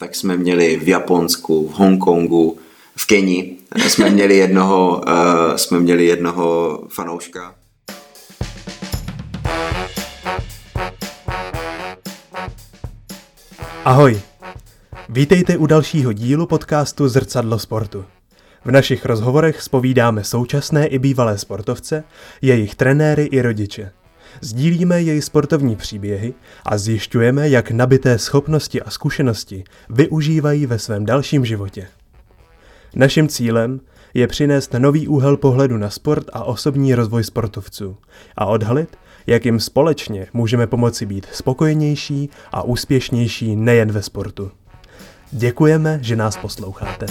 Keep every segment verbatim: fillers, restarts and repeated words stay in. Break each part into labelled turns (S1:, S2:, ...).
S1: tak jsme měli v Japonsku, v Hongkongu, v Keni jsme měli jednoho, uh, jsme měli jednoho fanouška.
S2: Ahoj, vítejte u dalšího dílu podcastu Zrcadlo sportu. V našich rozhovorech zpovídáme současné i bývalé sportovce, jejich trenéry i rodiče. Sdílíme jejich sportovní příběhy a zjišťujeme, jak nabité schopnosti a zkušenosti využívají ve svém dalším životě. Naším cílem je přinést nový úhel pohledu na sport a osobní rozvoj sportovců a odhalit, jak jim společně můžeme pomoci být spokojenější a úspěšnější nejen ve sportu. Děkujeme, že nás posloucháte.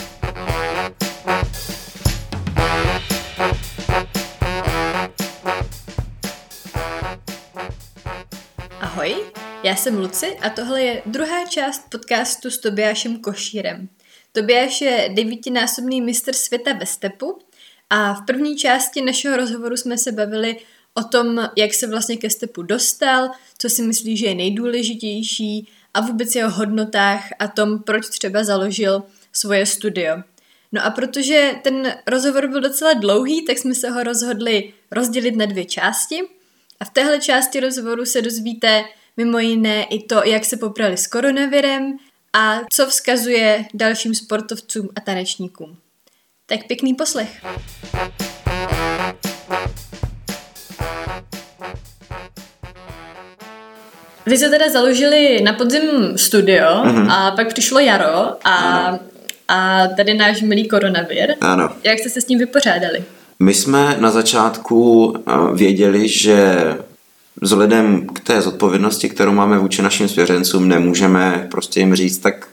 S3: Ahoj, já jsem Luci a tohle je druhá část podcastu s Tobiášem Košírem. Tobiáš je devítinásobný mistr světa ve stepu a v první části našeho rozhovoru jsme se bavili o tom, jak se vlastně ke stepu dostal, co si myslí, že je nejdůležitější a vůbec jeho hodnotách a tom, proč třeba založil svoje studio. No a protože ten rozhovor byl docela dlouhý, tak jsme se ho rozhodli rozdělit na dvě části. A v téhle části rozhovoru se dozvíte mimo jiné i to, jak se poprali s koronavirem a co vzkazuje dalším sportovcům a tanečníkům. Tak pěkný poslech. Vy jste teda založili na podzim studio mm-hmm. a pak přišlo jaro a, a tady náš milý koronavir.
S1: Ano.
S3: Jak jste se s ním vypořádali?
S1: My jsme na začátku věděli, že vzhledem k té zodpovědnosti, kterou máme vůči našim svěřencům, nemůžeme prostě jim říct, tak,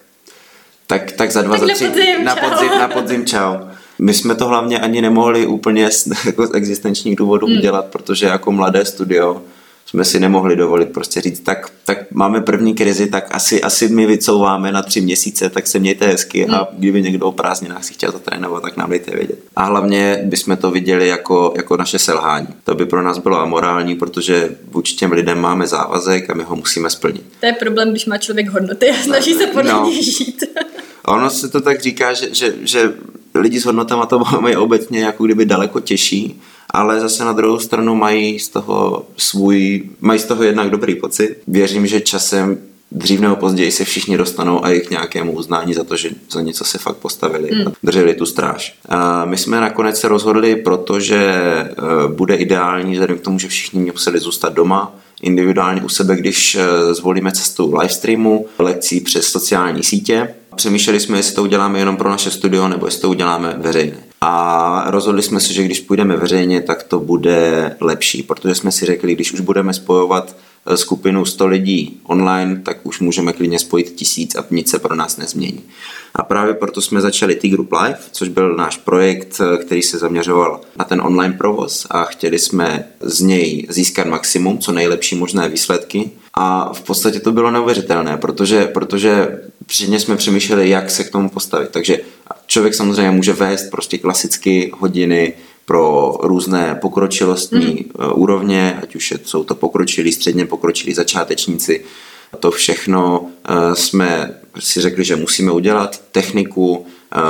S1: tak, tak za dva,
S3: tak
S1: za tři,
S3: na podzim,
S1: na podzim, na podzim čau. My jsme to hlavně ani nemohli úplně z, jako z existenčních důvodů hmm. udělat, protože jako mladé studio jsme si nemohli dovolit prostě říct, tak, tak máme první krizi, tak asi, asi my vycouváme na tři měsíce, tak se mějte hezky hmm. a kdyby někdo o prázdninách si chtěl zatrénovat, tak nám dejte vědět. A hlavně bychom to viděli jako, jako naše selhání. To by pro nás bylo amorální, protože vůči těm lidem máme závazek a my ho musíme splnit.
S3: To je problém, když má člověk hodnoty a snaží se podle
S1: no.
S3: něj žít.
S1: Ono se to tak říká, že, že, že lidi s hodnotama to mají obecně jako kdyby daleko těžší, ale zase na druhou stranu mají z toho svůj, mají z toho jednak dobrý pocit. Věřím, že časem dřív nebo později se všichni dostanou a i k nějakému uznání za to, že za něco se fakt postavili mm. a drželi tu stráž. A my jsme nakonec se rozhodli, protože bude ideální, vzhledem k tomu, že všichni museli zůstat doma, individuálně u sebe, když zvolíme cestu livestreamu, lekcí přes sociální sítě. Přemýšleli jsme, jestli to uděláme jenom pro naše studio, nebo jestli to uděláme veřejně. A rozhodli jsme se, že když půjdeme veřejně, tak to bude lepší, protože jsme si řekli, když už budeme spojovat skupinu sto lidí online, tak už můžeme klidně spojit tisíc a nic se pro nás nezmění. A právě proto jsme začali T-Group Live, což byl náš projekt, který se zaměřoval na ten online provoz a chtěli jsme z něj získat maximum, co nejlepší možné výsledky. A v podstatě to bylo neuvěřitelné, protože, protože předně jsme přemýšleli, jak se k tomu postavit. Takže člověk samozřejmě může vést prostě klasicky hodiny pro různé pokročilostní mm. úrovně, ať už jsou to pokročilí, středně pokročilí začátečníci. To všechno jsme si řekli, že musíme udělat, techniku,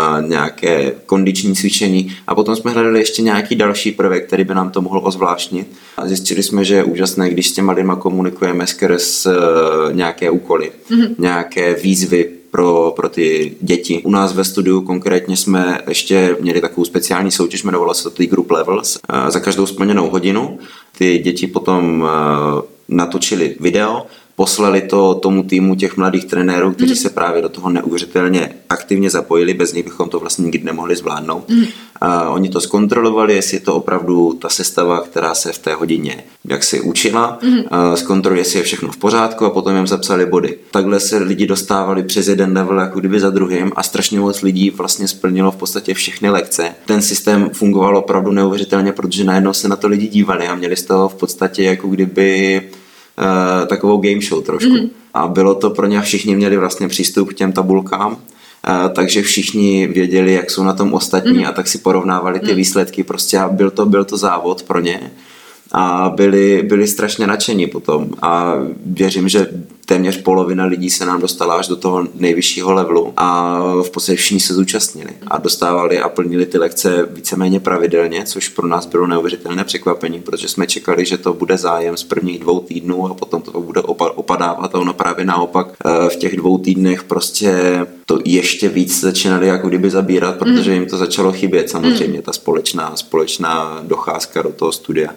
S1: nějaké kondiční cvičení a potom jsme hledali ještě nějaký další prvek, který by nám to mohl ozvláštnit. A zjistili jsme, že je úžasné, když s těma lidma komunikujeme skrz nějaké úkoly, mm-hmm. nějaké výzvy pro, pro ty děti. U nás ve studiu konkrétně jsme ještě měli takovou speciální soutěž, jmenovala se to T-Group Levels. Za každou splněnou hodinu ty děti potom natočili video, poslali to tomu týmu těch mladých trenérů, kteří mm. se právě do toho neuvěřitelně aktivně zapojili, bez nich bychom to vlastně nikdy nemohli zvládnout. Mm. A oni to zkontrolovali, jestli je to opravdu ta sestava, která se v té hodině jak si učila, mm. a zkontroluje, jestli je všechno v pořádku a potom jim zapsali body. Takhle se lidi dostávali přes jeden level jako kdyby za druhým a strašně moc lidí vlastně splnilo v podstatě všechny lekce. Ten systém fungoval opravdu neuvěřitelně, protože najednou se na to lidi dívali a měli z toho v podstatě jako kdyby Uh, takovou game show trošku. Mm-hmm. A bylo to pro ně, všichni měli vlastně přístup k těm tabulkám, uh, takže všichni věděli, jak jsou na tom ostatní mm-hmm. a tak si porovnávali ty mm-hmm. výsledky prostě a byl to, byl to závod pro ně. a byli, byli strašně nadšení potom a věřím, že téměř polovina lidí se nám dostala až do toho nejvyššího levelu a v podstatě všichni se zúčastnili a dostávali a plnili ty lekce víceméně pravidelně, což pro nás bylo neuvěřitelné překvapení, protože jsme čekali, že to bude zájem z prvních dvou týdnů a potom to bude opadávat a ono právě naopak v těch dvou týdnech prostě to ještě víc začínali jako kdyby zabírat, protože jim to začalo chybět samozřejmě, ta společná, společná docházka do toho studia.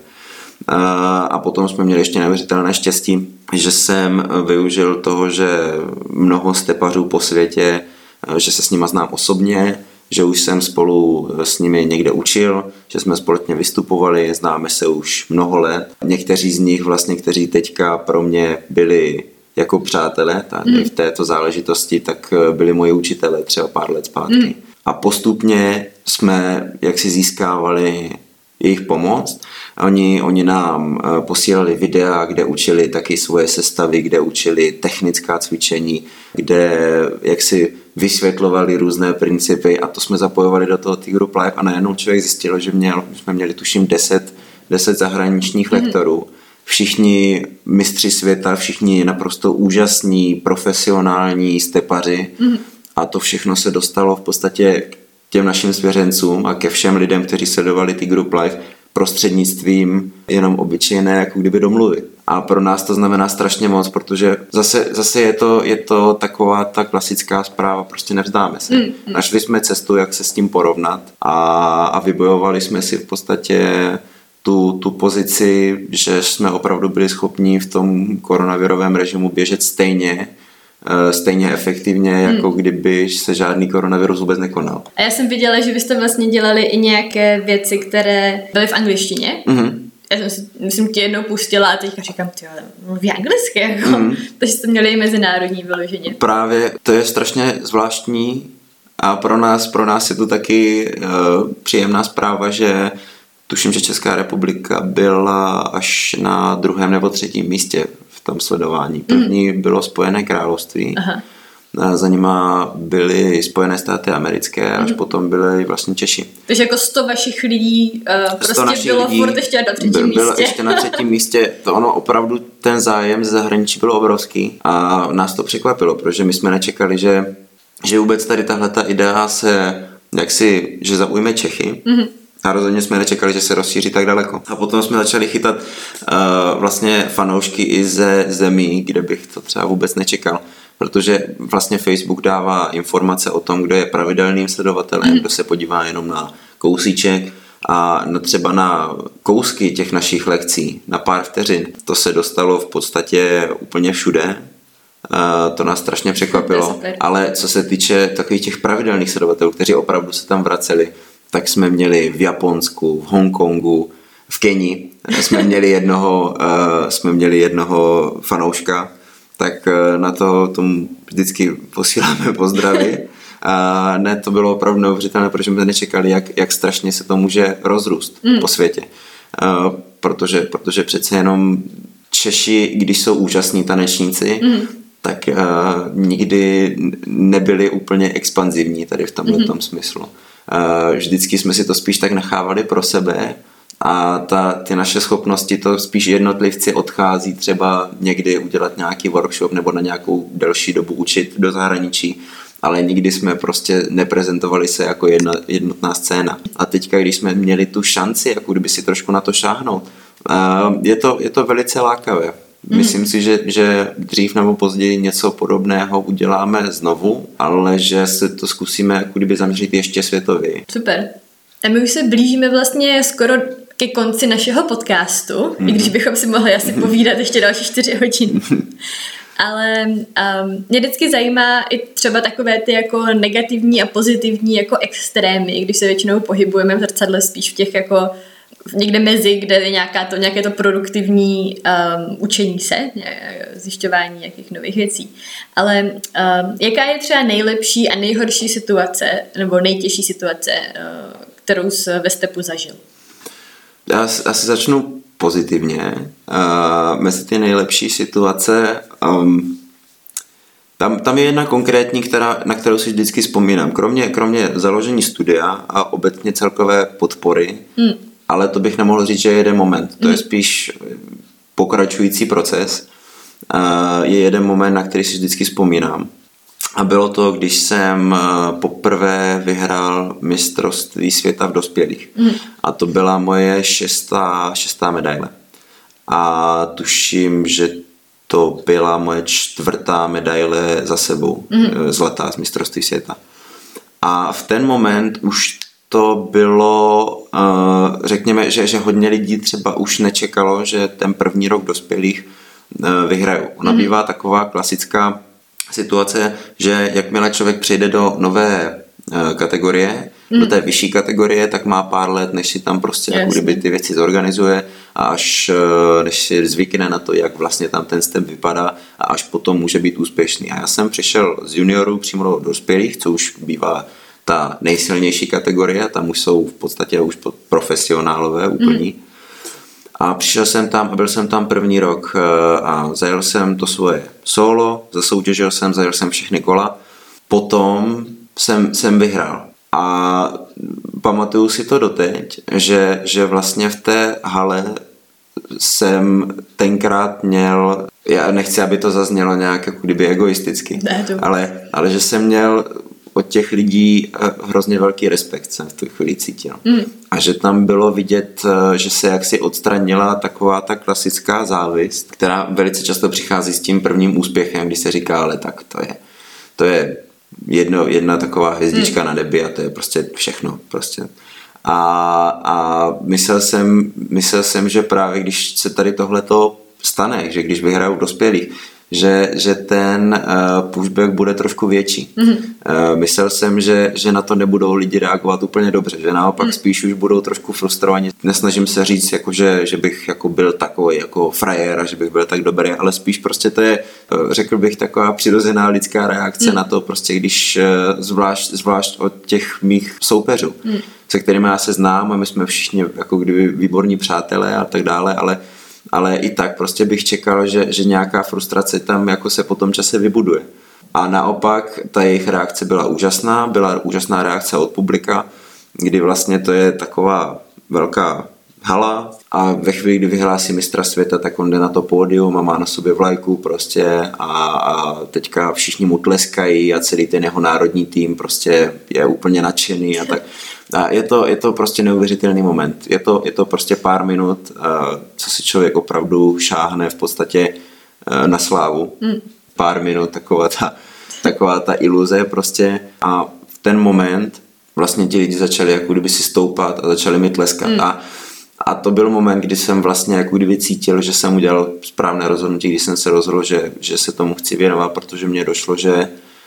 S1: A potom jsme měli ještě neuvěřitelné štěstí, že jsem využil toho, že mnoho stepařů po světě, že se s nima znám osobně, že už jsem spolu s nimi někde učil, že jsme společně vystupovali, známe se už mnoho let. Někteří z nich vlastně, kteří teďka pro mě byli jako přátelé tady v této záležitosti, tak byli moji učitelé třeba pár let zpátky. Mm. A postupně jsme jaksi získávali jejich pomoc. Oni, oni nám posílali videa, kde učili taky svoje sestavy, kde učili technická cvičení, kde jaksi vysvětlovali různé principy a to jsme zapojovali do toho T-Group Live a najednou člověk zjistil, že měl, jsme měli tuším deset, deset zahraničních mm-hmm. lektorů. Všichni mistři světa, všichni naprosto úžasní, profesionální stepaři mm-hmm. a to všechno se dostalo v podstatě těm našim svěřencům a ke všem lidem, kteří sledovali T-Group Live prostřednictvím jenom obyčejné jako kdyby domluvy. A pro nás to znamená strašně moc, protože zase, zase je, to, je to taková ta klasická zpráva, prostě nevzdáme se. Mm, mm. Našli jsme cestu, jak se s tím porovnat a, a vybojovali jsme si v podstatě tu, tu pozici, že jsme opravdu byli schopni v tom koronavirovém režimu běžet stejně stejně efektivně, jako hmm. kdyby se žádný koronavirus vůbec nekonal.
S3: A já jsem viděla, že vy jste vlastně dělali i nějaké věci, které byly v angličtině. Hmm. Já jsem si, myslím, tě jednou pustila a teďka říkám, ty ale mluví anglicky, jako. Hmm. Takže jste měli i mezinárodní vyloženě.
S1: Právě to je strašně zvláštní a pro nás, pro nás je to taky uh, příjemná zpráva, že tuším, že Česká republika byla až na druhém nebo třetím místě v tom sledování. První mm. bylo Spojené království, aha. za nima byly Spojené státy americké, mm. až potom byly vlastně Češi.
S3: Takže jako sto vašich lidí uh, prostě bylo lidí furt ještě na třetím místě.
S1: Bylo ještě na třetím místě. To ono opravdu, ten zájem ze zahraničí byl obrovský a nás to překvapilo, protože my jsme nečekali, že, že vůbec tady tahle ta idea se, jaksi, že zaujme Čechy. Mm. A rozhodně jsme nečekali, že se rozšíří tak daleko. A potom jsme začali chytat uh, vlastně fanoušky i ze zemí, kde bych to třeba vůbec nečekal. Protože vlastně Facebook dává informace o tom, kdo je pravidelným sledovatelem, mm. kdo se podívá jenom na kousíček a na třeba na kousky těch našich lekcí, na pár vteřin. To se dostalo v podstatě úplně všude. Uh, to nás strašně překvapilo. Ale co se týče takových těch pravidelných sledovatelů, kteří opravdu se tam vraceli, tak jsme měli v Japonsku, v Hongkongu, v Keni, jsme měli jednoho, uh, jsme měli jednoho fanouška, tak uh, na to tomu vždycky posíláme pozdravy. A ne, to bylo opravdu neuvěřitelné, protože jsme nečekali, jak, jak strašně se to může rozrůst mm. po světě. Uh, protože, protože přece jenom Češi, když jsou úžasní tanečníci, mm. tak uh, nikdy nebyli úplně expanzivní tady v tomto mm. smyslu. Vždycky jsme si to spíš tak nechávali pro sebe a ta, ty naše schopnosti to spíš jednotlivci odchází třeba někdy udělat nějaký workshop nebo na nějakou delší dobu učit do zahraničí, ale nikdy jsme prostě neprezentovali se jako jedna, jednotná scéna. A teďka, když jsme měli tu šanci, jako kdyby si trošku na to šáhnout, je to, je to velice lákavé. Myslím si, že, že dřív nebo později něco podobného uděláme znovu, ale že se to zkusíme jako kdyby zaměřit ještě světově.
S3: Super. A my už se blížíme vlastně skoro ke konci našeho podcastu, mm-hmm. i když bychom si mohli asi povídat ještě další čtyři hodiny. Ale um, mě vždycky zajímá i třeba takové ty jako negativní a pozitivní jako extrémy, když se většinou pohybujeme v zrcadle spíš v těch jako někde mezi, kde je nějaká to, nějaké to produktivní um, učení se, zjišťování nějakých nových věcí. Ale um, jaká je třeba nejlepší a nejhorší situace, nebo nejtěžší situace, uh, kterou jsi ve stepu zažil?
S1: Já asi začnu pozitivně. Uh, mezi ty nejlepší situace um, tam, tam je jedna konkrétní, která, na kterou si vždycky vzpomínám. Kromě, kromě založení studia a obecně celkové podpory hmm. ale to bych nemohl říct, že je jeden moment. To je spíš pokračující proces. Je jeden moment, na který si vždycky vzpomínám. A bylo to, když jsem poprvé vyhrál mistrovství světa v dospělých. Mm. A to byla moje šestá, šestá medaile. A tuším, že to byla moje čtvrtá medaile za sebou, mm. zlatá z mistrovství světa. A v ten moment už to bylo, řekněme, že, že hodně lidí třeba už nečekalo, že ten první rok dospělých vyhrajou. Ona bývá taková klasická situace, že jakmile člověk přejde do nové kategorie, mm. do té vyšší kategorie, tak má pár let, než si tam prostě jako kdyby ty věci zorganizuje a až než si zvykne na to, jak vlastně tam ten step vypadá a až potom může být úspěšný. A já jsem přišel z juniorů přímo do dospělých, co už bývá ta nejsilnější kategorie, tam už jsou v podstatě už profesionálové úplní. Mm. A přišel jsem tam a byl jsem tam první rok a zajel jsem to svoje solo, zasoutěžil jsem, zajel jsem všechny kola. Potom jsem, jsem vyhrál. A pamatuju si to doteď, že, že vlastně v té hale jsem tenkrát měl, já nechci, aby to zaznělo nějak jako kdyby egoisticky, ne, ale, ale že jsem měl od těch lidí hrozně velký respekt, jsem v tu chvíli cítil. Mm. A že tam bylo vidět, že se jaksi odstranila taková ta klasická závist, která velice často přichází s tím prvním úspěchem, když se říká, ale tak to je, to je jedno, jedna taková hvězdička mm. na nebi a to je prostě všechno. Prostě. A, a myslel jsem, myslel jsem, že právě když se tady tohleto stane, že když vyhraju dospělých, že, že ten uh, pushback bude trošku větší. Mm-hmm. Uh, myslel jsem, že, že na to nebudou lidi reagovat úplně dobře, že naopak mm. spíš už budou trošku frustrovaní. Nesnažím se říct, jako, že, že bych jako byl takový jako frajer a že bych byl tak dobrý, ale spíš prostě to je, řekl bych, taková přirozená lidská reakce mm. na to, prostě když uh, zvlášť, zvlášť od těch mých soupeřů, mm. se kterými já se znám a my jsme všichni jako kdyby výborní přátelé a tak dále, ale ale i tak prostě bych čekal, že, že nějaká frustrace tam jako se po tom čase vybuduje. A naopak ta jejich reakce byla úžasná, byla úžasná reakce od publika, kdy vlastně to je taková velká hala a ve chvíli, kdy vyhlásí mistra světa, tak on jde na to pódium a má na sobě vlajku prostě a, a teďka všichni mu tleskají a celý ten jeho národní tým prostě je úplně nadšený a tak. A je to, je to prostě neuvěřitelný moment. Je to, je to prostě pár minut, co si člověk opravdu šáhne v podstatě na slávu. Mm. Pár minut, taková ta, taková ta iluze prostě. A v ten moment vlastně ti lidi začali jako kdyby si stoupat a začali mi tleskat. Mm. A, a to byl moment, kdy jsem vlastně jako kdyby cítil, že jsem udělal správné rozhodnutí, když jsem se rozhodl, že, že se tomu chci věnovat, protože mně došlo, že,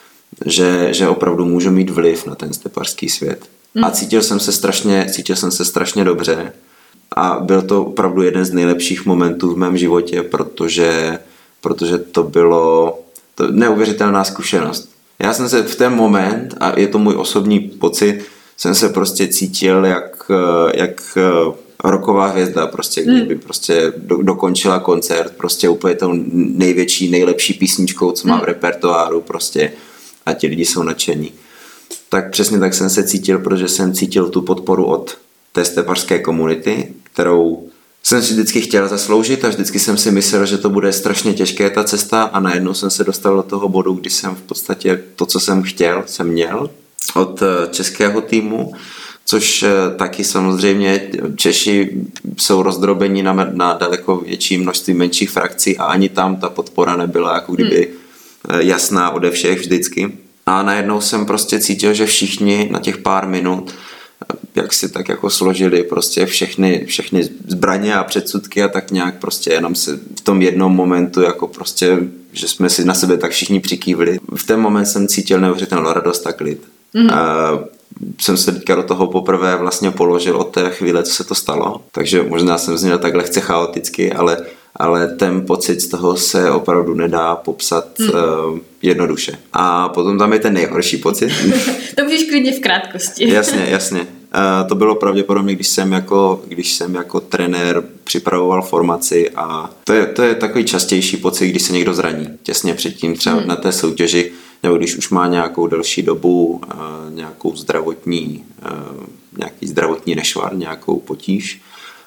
S1: že, že opravdu můžu mít vliv na ten stepařský svět. A cítil jsem se strašně, cítil jsem se strašně dobře a byl to opravdu jeden z nejlepších momentů v mém životě, protože, protože to bylo to neuvěřitelná zkušenost. Já jsem se v ten moment, a je to můj osobní pocit, jsem se prostě cítil jak, jak rocková hvězda, prostě, kdyby prostě do, dokončila koncert, prostě úplně tou největší, nejlepší písničkou, co má v repertoáru prostě a ti lidi jsou nadšení. Tak přesně tak jsem se cítil, protože jsem cítil tu podporu od té stepařské komunity, kterou jsem si vždycky chtěl zasloužit a vždycky jsem si myslel, že to bude strašně těžké ta cesta a najednou jsem se dostal do toho bodu, kdy jsem v podstatě to, co jsem chtěl, jsem měl od českého týmu, což taky samozřejmě Češi jsou rozdrobeni na, na daleko větší množství menších frakcí a ani tam ta podpora nebyla jako kdyby jasná ode všech vždycky. A najednou jsem prostě cítil, že všichni na těch pár minut, jak si tak jako složili prostě všechny, všechny zbraně a předsudky a tak nějak prostě jenom se v tom jednom momentu jako prostě, že jsme si na sebe tak všichni přikývli. V ten moment jsem cítil neuvěřitelnou radost a klid. Mm. A jsem se teďka do toho poprvé vlastně položil od té chvíle, co se to stalo, takže možná jsem zněl tak lehce chaoticky, ale ale ten pocit z toho se opravdu nedá popsat hmm. uh, jednoduše. A potom tam je ten nejhorší pocit.
S3: To můžeš klidně v krátkosti.
S1: Jasně, jasně. Uh, to bylo pravděpodobně, když jsem jako, když jsem jako trenér připravoval formaci a to je, to je takový častější pocit, když se někdo zraní. Těsně předtím třeba hmm. na té soutěži, nebo když už má nějakou delší dobu, uh, nějakou zdravotní, uh, nějaký zdravotní nešvar, nějakou potíž.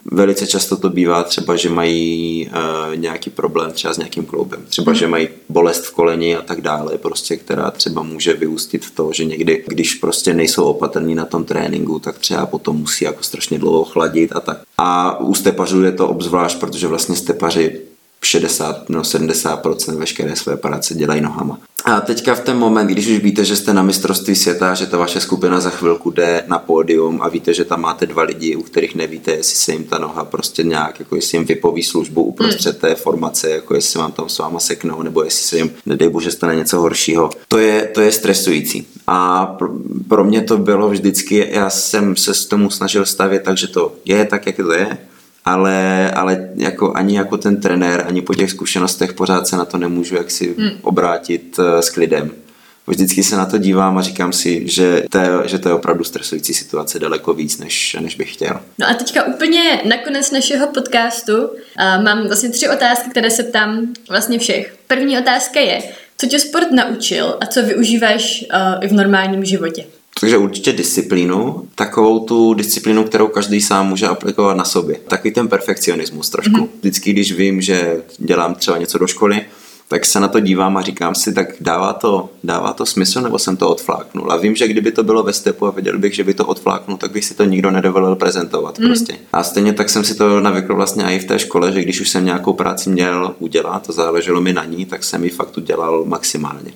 S1: velice často to bývá třeba, že mají uh, nějaký problém třeba s nějakým kloubem. Třeba, že mají bolest v koleni a tak dále, prostě, která třeba může vyústit v to, že někdy, když prostě nejsou opatrní na tom tréninku, tak třeba potom musí jako strašně dlouho chladit a tak. A u stepařů je to obzvlášť, protože vlastně stepaři šedesát nebo sedmdesát procent veškeré své práce dělají nohama. A teďka v ten moment, když už víte, že jste na mistrovství světa, že ta vaše skupina za chvilku jde na pódium a víte, že tam máte dva lidi, u kterých nevíte, jestli se jim ta noha prostě nějak, jako jestli jim vypoví službu uprostřed té formace, jako jestli vám tam s váma seknou, nebo jestli se jim, nedej bože, stane něco horšího. To je, to je stresující. A pro, pro mě to bylo vždycky, já jsem se s tomu snažil stavět tak, že to je tak, jak to je, ale, ale jako, ani jako ten trenér, ani po těch zkušenostech pořád se na to nemůžu jaksi hmm. obrátit uh, s klidem. Vždycky se na to dívám a říkám si, že to je, že to je opravdu stresující situace daleko víc, než, než bych chtěl.
S3: No a teďka úplně nakonec našeho podcastu uh, mám vlastně tři otázky, které se ptám vlastně všech. První otázka je, co tě sport naučil a co využíváš uh, i v normálním životě?
S1: Takže určitě disciplínu, takovou tu disciplínu, kterou každý sám může aplikovat na sobě. Takový ten perfekcionismus trošku. Mm-hmm. Vždycky, když vím, že dělám třeba něco do školy, tak se na to dívám a říkám si, tak dává to, dává to smysl, nebo jsem to odfláknul. A vím, že kdyby to bylo ve stepu a věděl bych, že by to odfláknul, tak bych si to nikdo nedovolil prezentovat mm. prostě. A stejně tak jsem si to navykl vlastně i v té škole, že když už jsem nějakou práci měl udělat, to záleželo mi na ní, tak jsem ji fakt udělal maximálně.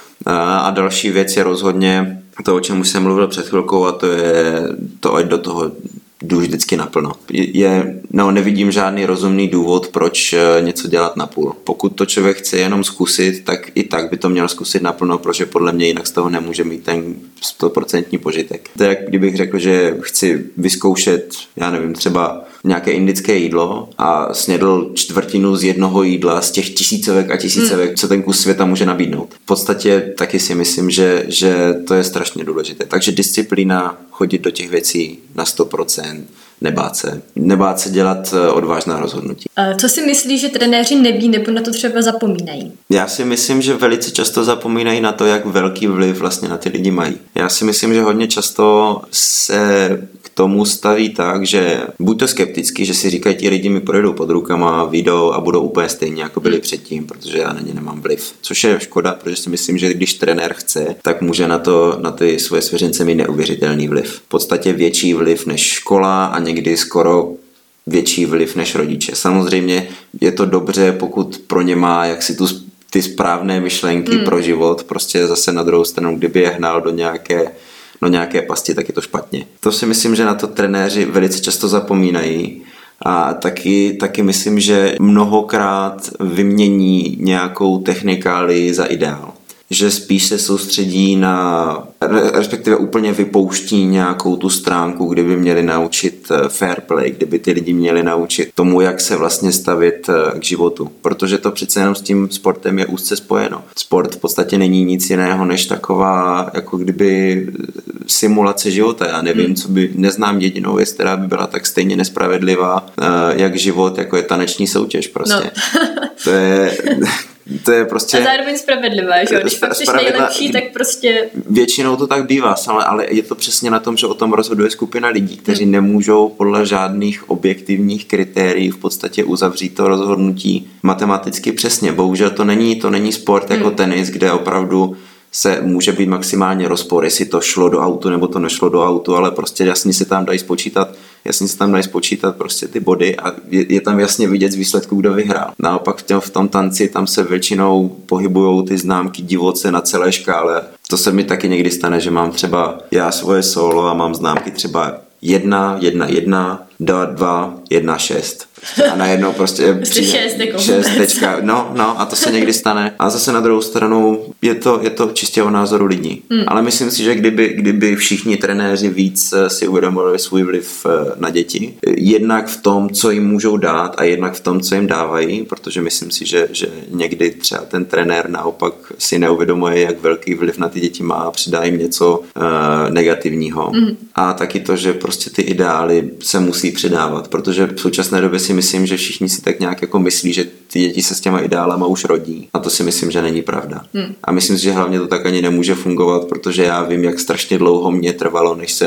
S1: A další věc je rozhodně to, o čem už jsem mluvil před chvilkou, a to je to, ať do toho jdu vždycky naplno. Je, no, nevidím žádný rozumný důvod, proč něco dělat napůl. Pokud to člověk chce jenom zkusit, tak i tak by to měl zkusit naplno, protože podle mě jinak z toho nemůže mít ten sto procent požitek. To je, jak kdybych řekl, že chci vyzkoušet, já nevím, třeba nějaké indické jídlo a snědl čtvrtinu z jednoho jídla z těch tisícovek a tisícovek, hmm. co ten kus světa může nabídnout. V podstatě taky si myslím, že, že to je strašně důležité. Takže disciplína, chodit do těch věcí na sto procent, nebát se. Nebát se dělat odvážná rozhodnutí.
S3: Co si myslíš, že trenéři neví nebo na to třeba zapomínají?
S1: Já si myslím, že velice často zapomínají na to, jak velký vliv vlastně na ty lidi mají. Já si myslím, že hodně často se k tomu staví tak, že buď to skepticky, že si říkají, ti lidi mi projedou pod rukama, vyjdou a budou úplně stejně, jako byli předtím, protože já na ně nemám vliv. Což je škoda, protože si myslím, že když trenér chce, tak může na to, na ty svoje svěřence mít neuvěřitelný vliv. V podstatě větší vliv než škola a někdy skoro větší vliv než rodiče. Samozřejmě je to dobře, pokud pro ně má jaksi tu, ty správné myšlenky mm. pro život, prostě zase na druhou stranu, kdyby je hnal do nějaké, do nějaké pasti, tak je to špatně. To si myslím, že na to trenéři velice často zapomínají a taky, taky myslím, že mnohokrát vymění nějakou technikálii za ideál. Že spíš se soustředí na, respektive úplně vypouští nějakou tu stránku, kde by měli naučit fair play, kdyby ty lidi měli naučit tomu, jak se vlastně stavět k životu. Protože to přece jenom s tím sportem je úzce spojeno. Sport v podstatě není nic jiného, než taková, jako kdyby simulace života. Já nevím, co by, neznám jedinou věc, která by byla tak stejně nespravedlivá, jak život, jako je taneční soutěž prostě. No. To je... To je prostě...
S3: A zároveň spravedlivá, že jo? Když fakt jsi nejlepší, tak prostě...
S1: Většinou to tak bývá, ale je to přesně na tom, že o tom rozhoduje skupina lidí, kteří hmm. nemůžou podle žádných objektivních kritérií v podstatě uzavřít to rozhodnutí matematicky přesně. Bohužel to není, to není sport jako hmm. tenis, kde opravdu se může být maximálně rozpor, jestli to šlo do autu nebo to nešlo do autu, ale prostě jasně se tam dají spočítat, jasně se tam dají spočítat prostě ty body a je, je tam jasně vidět z výsledku, kdo vyhrál. Naopak v tom, v tom tanci tam se většinou pohybujou ty známky divoce na celé škále. To se mi taky někdy stane, že mám třeba já svoje solo a mám známky třeba jedna, jedna, jedna, dva, dva, jedna, šest. A najednou prostě
S3: přijde šest, jako
S1: šest tečka, no, no a to se někdy stane. A zase na druhou stranu je to, je to čistě o názoru lidí. Hmm. Ale myslím si, že kdyby, kdyby všichni trenéři víc si uvědomovali svůj vliv na děti, jednak v tom, co jim můžou dát a jednak v tom, co jim dávají, protože myslím si, že, že někdy třeba ten trenér naopak si neuvědomuje, jak velký vliv na ty děti má a přidá jim něco uh, negativního. Hmm. A taky to, že prostě ty ideály se musí předávat, protože v současné době si myslím, že všichni si tak nějak jako myslí, že ty děti se s těma ideálama už rodí. A to si myslím, že není pravda. Hmm. A myslím si, že hlavně to tak ani nemůže fungovat, protože já vím, jak strašně dlouho mě trvalo, než jsem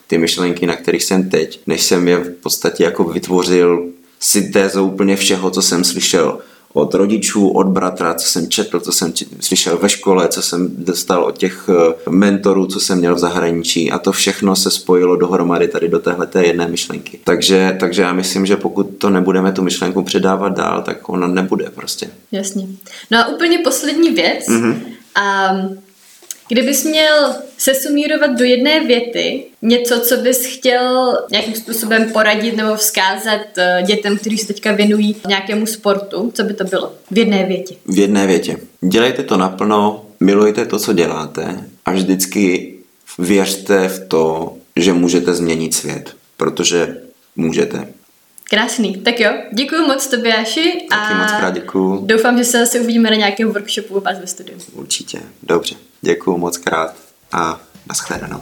S1: ty myšlenky, na kterých jsem teď, než jsem je v podstatě jako vytvořil syntézou úplně všeho, co jsem slyšel od rodičů, od bratra, co jsem četl, co jsem slyšel ve škole, co jsem dostal od těch mentorů, co jsem měl v zahraničí, a to všechno se spojilo dohromady tady do téhleté jedné myšlenky. Takže, takže já myslím, že pokud to nebudeme tu myšlenku předávat dál, tak ona nebude prostě.
S3: Jasně. No a úplně poslední věc. Mm-hmm. A kdybys měl sesumírovat do jedné věty něco, co bys chtěl nějakým způsobem poradit nebo vzkázat dětem, kteří se teďka věnují nějakému sportu, co by to bylo? V jedné větě.
S1: V jedné větě. Dělejte to naplno, milujte to, co děláte, a vždycky věřte v to, že můžete změnit svět, protože můžete.
S3: Krásný. Tak jo, děkuji moc Tobiáši.
S1: Taky moc krát děkuju.
S3: Doufám, že se zase uvidíme na nějakém workshopu u vás ve studiu.
S1: Určitě. Dobře. Děkuju moc krát a nashledanou.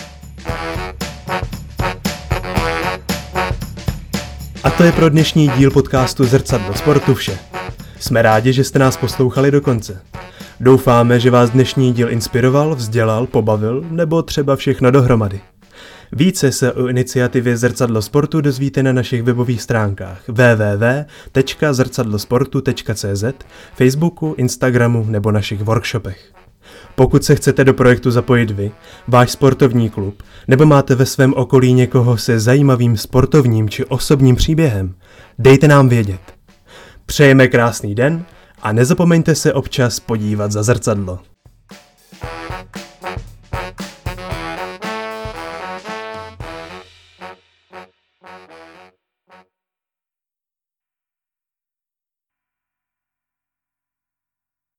S2: A to je pro dnešní díl podcastu Zrcadlo sportu vše. Jsme rádi, že jste nás poslouchali do konce. Doufáme, že vás dnešní díl inspiroval, vzdělal, pobavil nebo třeba všechno dohromady. Více se o iniciativě Zrcadlo sportu dozvíte na našich webových stránkách w w w tečka zrcadlosportu tečka c z, Facebooku, Instagramu nebo našich workshopech. Pokud se chcete do projektu zapojit vy, váš sportovní klub, nebo máte ve svém okolí někoho se zajímavým sportovním či osobním příběhem, dejte nám vědět. Přejeme krásný den a nezapomeňte se občas podívat za zrcadlo.